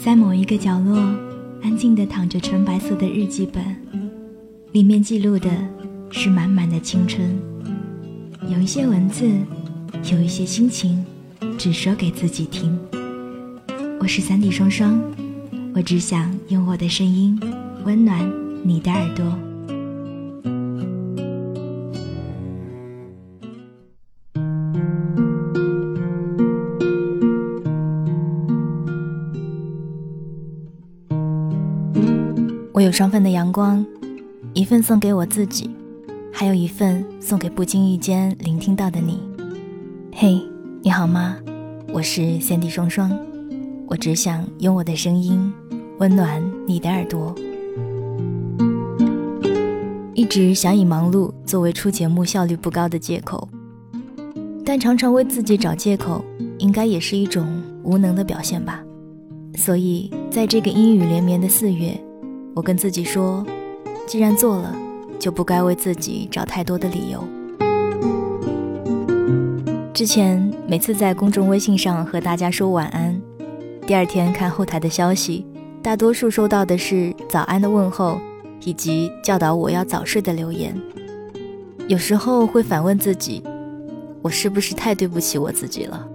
在某一个角落，安静地躺着纯白色的日记本，里面记录的是满满的青春。有一些文字，有一些心情，只说给自己听。我是三弟双双，我只想用我的声音温暖你的耳朵。我有双份的阳光，一份送给我自己，还有一份送给不经意间聆听到的你。嘿，你好吗？我是三弟双双，我只想用我的声音温暖你的耳朵。一直想以忙碌作为出节目效率不高的借口，但常常为自己找借口，应该也是一种无能的表现吧。所以在这个阴雨连绵的4月，我跟自己说，既然做了，就不该为自己找太多的理由。之前每次在公众微信上和大家说晚安，第二天看后台的消息，大多数收到的是早安的问候，以及教导我要早睡的留言。有时候会反问自己，我是不是太对不起我自己了？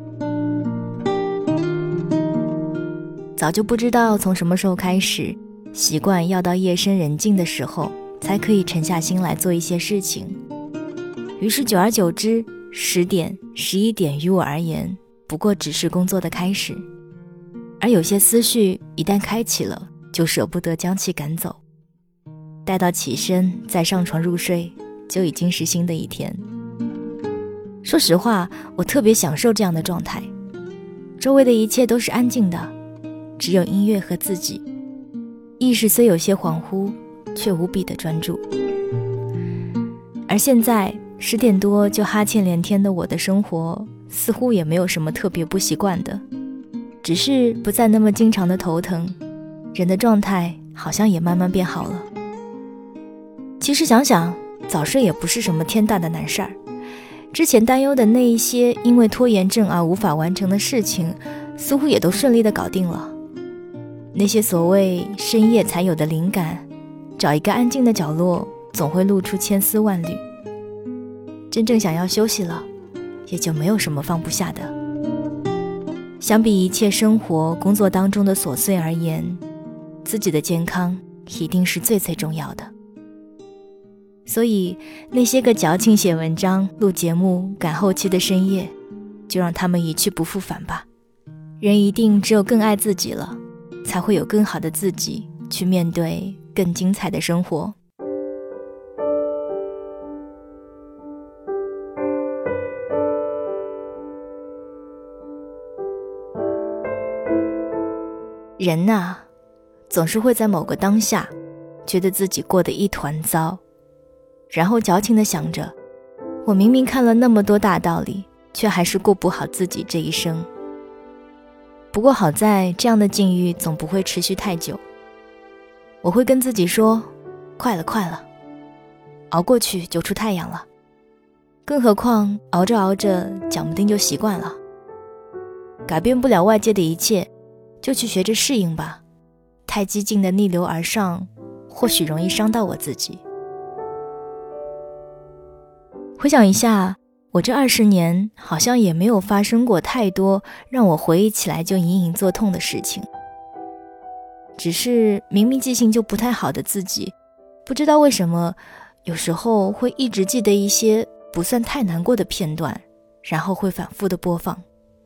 早就不知道从什么时候开始，习惯要到夜深人静的时候才可以沉下心来做一些事情。于是久而久之，10点、11点于我而言不过只是工作的开始，而有些思绪一旦开启了，就舍不得将其赶走，待到起身再上床入睡，就已经是新的一天。说实话，我特别享受这样的状态，周围的一切都是安静的，只有音乐和自己，意识虽有些恍惚，却无比的专注。而现在10点多就哈欠连天的我的生活，似乎也没有什么特别不习惯的，只是不再那么经常的头疼，人的状态好像也慢慢变好了。其实想想，早睡也不是什么天大的难事儿，之前担忧的那一些因为拖延症而无法完成的事情，似乎也都顺利的搞定了。那些所谓深夜才有的灵感，找一个安静的角落，总会露出千丝万缕。真正想要休息了，也就没有什么放不下的。相比一切生活工作当中的琐碎而言，自己的健康一定是最最重要的。所以那些个矫情写文章、录节目、赶后期的深夜，就让他们一去不复返吧。人一定只有更爱自己了，才会有更好的自己去面对更精彩的生活。人啊，总是会在某个当下觉得自己过得一团糟，然后矫情地想着，我明明看了那么多大道理，却还是过不好自己这一生。不过好在这样的境遇总不会持续太久，我会跟自己说，快了快了，熬过去就出太阳了，更何况熬着熬着讲不定就习惯了。改变不了外界的一切，就去学着适应吧，太激进的逆流而上，或许容易伤到我自己。回想一下，我这20年好像也没有发生过太多让我回忆起来就隐隐作痛的事情，只是明明记性就不太好的自己，不知道为什么有时候会一直记得一些不算太难过的片段，然后会反复的播放。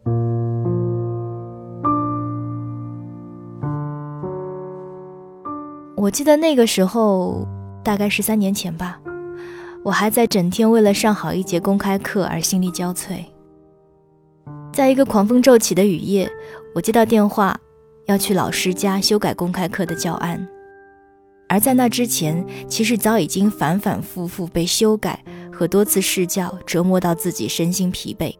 我记得那个时候大概是3年前吧，我还在整天为了上好一节公开课而心力交瘁。在一个狂风骤起的雨夜，我接到电话要去老师家修改公开课的教案，而在那之前，其实早已经反反复复被修改和多次试教折磨到自己身心疲惫。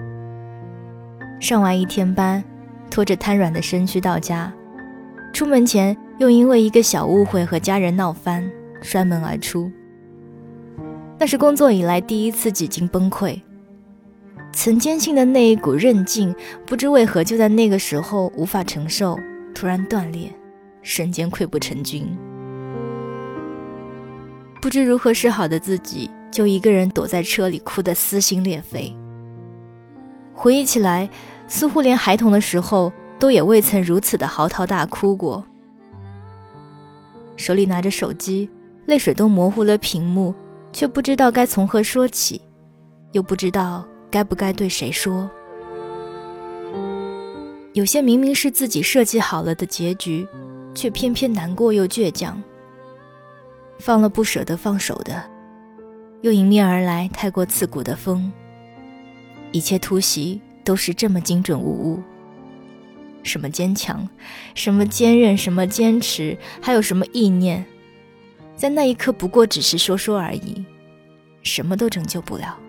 上完1天班，拖着瘫软的身躯到家，出门前又因为一个小误会和家人闹翻，摔门而出。那是工作以来第一次几经崩溃，曾坚信的那一股韧劲，不知为何就在那个时候无法承受， 突然断裂，瞬间溃不成军。不知如何是好的自己，就一个人躲在车里哭得撕心裂肺。回忆起来，似乎连孩童的时候都也未曾如此的嚎啕大哭过。手里拿着手机，泪水都模糊了屏幕，却不知道该从何说起，又不知道该不该对谁说。有些明明是自己设计好了的结局，却偏偏难过又倔强。放了不舍得放手的，又迎面而来太过刺骨的风。一切突袭都是这么精准无误。什么坚强，什么坚韧，什么坚持，还有什么意念，在那一刻不过只是说说而已，什么都拯救不了。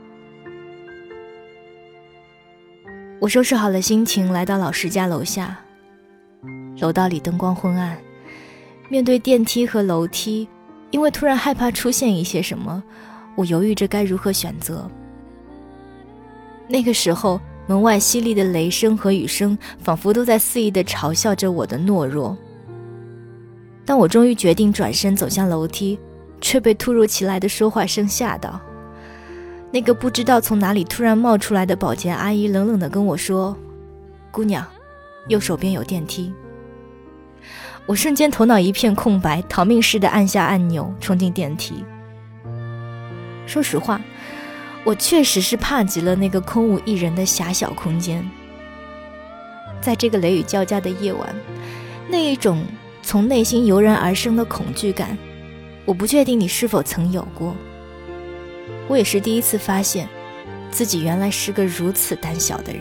我收拾好了心情，来到老师家楼下。楼道里灯光昏暗，面对电梯和楼梯，因为突然害怕出现一些什么，我犹豫着该如何选择。那个时候，门外犀利的雷声和雨声仿佛都在肆意地嘲笑着我的懦弱。当我终于决定转身走向楼梯，却被突如其来的说话声吓到。那个不知道从哪里突然冒出来的保洁阿姨冷冷地跟我说：“姑娘，右手边有电梯。”我瞬间头脑一片空白，逃命似的按下按钮，冲进电梯。说实话，我确实是怕极了那个空无一人的狭小空间。在这个雷雨交加的夜晚，那一种从内心油然而生的恐惧感，我不确定你是否曾有过。我也是第一次发现自己原来是个如此胆小的人。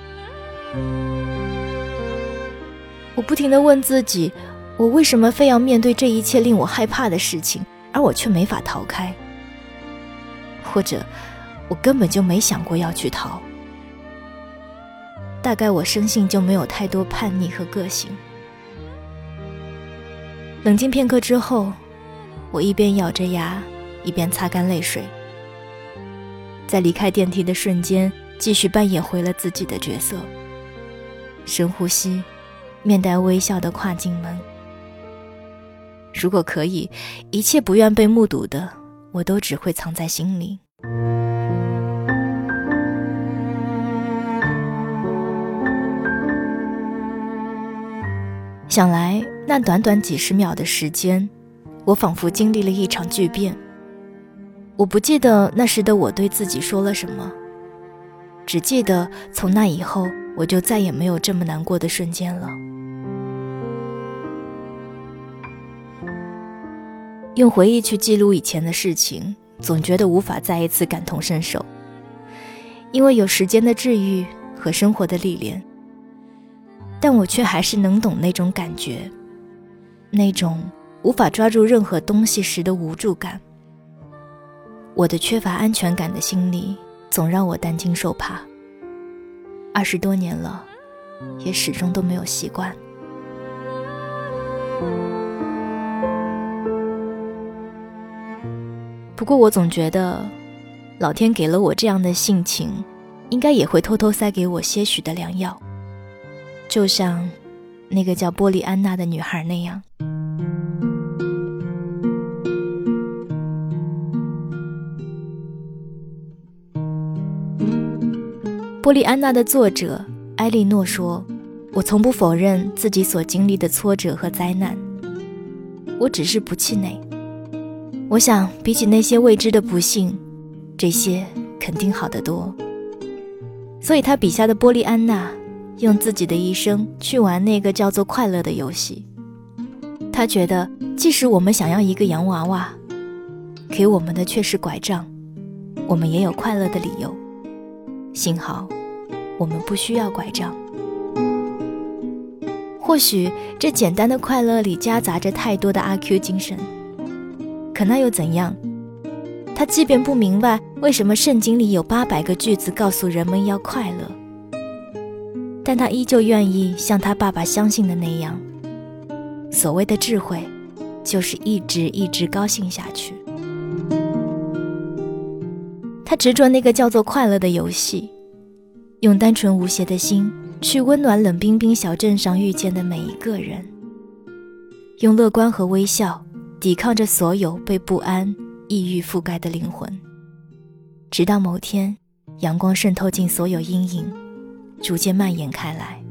我不停地问自己，我为什么非要面对这一切令我害怕的事情，而我却没法逃开？或者我根本就没想过要去逃。大概我生性就没有太多叛逆和个性。冷静片刻之后，我一边咬着牙，一边擦干泪水。在离开电梯的瞬间，继续扮演回了自己的角色。深呼吸，面带微笑地跨进门。如果可以，一切不愿被目睹的，我都只会藏在心里。想来那短短几十秒的时间，我仿佛经历了一场巨变。我不记得那时的我对自己说了什么，只记得从那以后，我就再也没有这么难过的瞬间了。用回忆去记录以前的事情，总觉得无法再一次感同身受，因为有时间的治愈和生活的历练，但我却还是能懂那种感觉，那种无法抓住任何东西时的无助感。我的缺乏安全感的心理总让我担惊受怕，20多年了，也始终都没有习惯。不过我总觉得，老天给了我这样的性情，应该也会偷偷塞给我些许的良药，就像那个叫波利安娜的女孩那样。波利安娜的作者埃莉诺说，我从不否认自己所经历的挫折和灾难，我只是不气馁。我想比起那些未知的不幸，这些肯定好得多。所以他笔下的波利安娜用自己的一生去玩那个叫做快乐的游戏。他觉得即使我们想要一个洋娃娃，给我们的却是拐杖，我们也有快乐的理由。幸好我们不需要拐杖。或许这简单的快乐里夹杂着太多的阿 Q 精神，可那又怎样？他即便不明白为什么圣经里有800个句子告诉人们要快乐，但他依旧愿意像他爸爸相信的那样，所谓的智慧就是一直高兴下去。他执着那个叫做快乐的游戏， 用单纯无邪的心去温暖冷冰冰小镇上遇见的每一个人，用乐观和微笑抵抗着所有被不安、抑郁覆盖的灵魂，直到某天，阳光渗透进所有阴影，逐渐蔓延开来。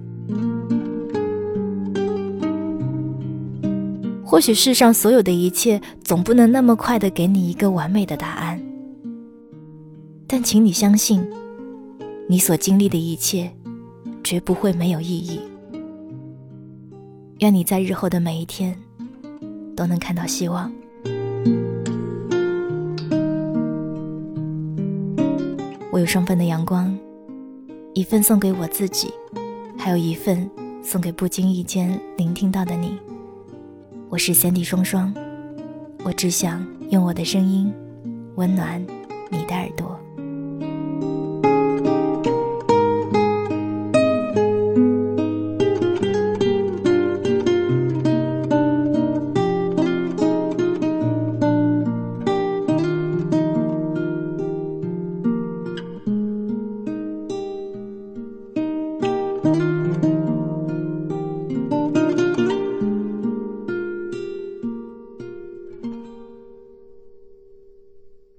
或许世上所有的一切总不能那么快地给你一个完美的答案，但请你相信，你所经历的一切绝不会没有意义。愿你在日后的每一天都能看到希望。我有双份的阳光，一份送给我自己，还有一份送给不经意间聆听到的你。我是Sandy双双，我只想用我的声音温暖你的耳朵。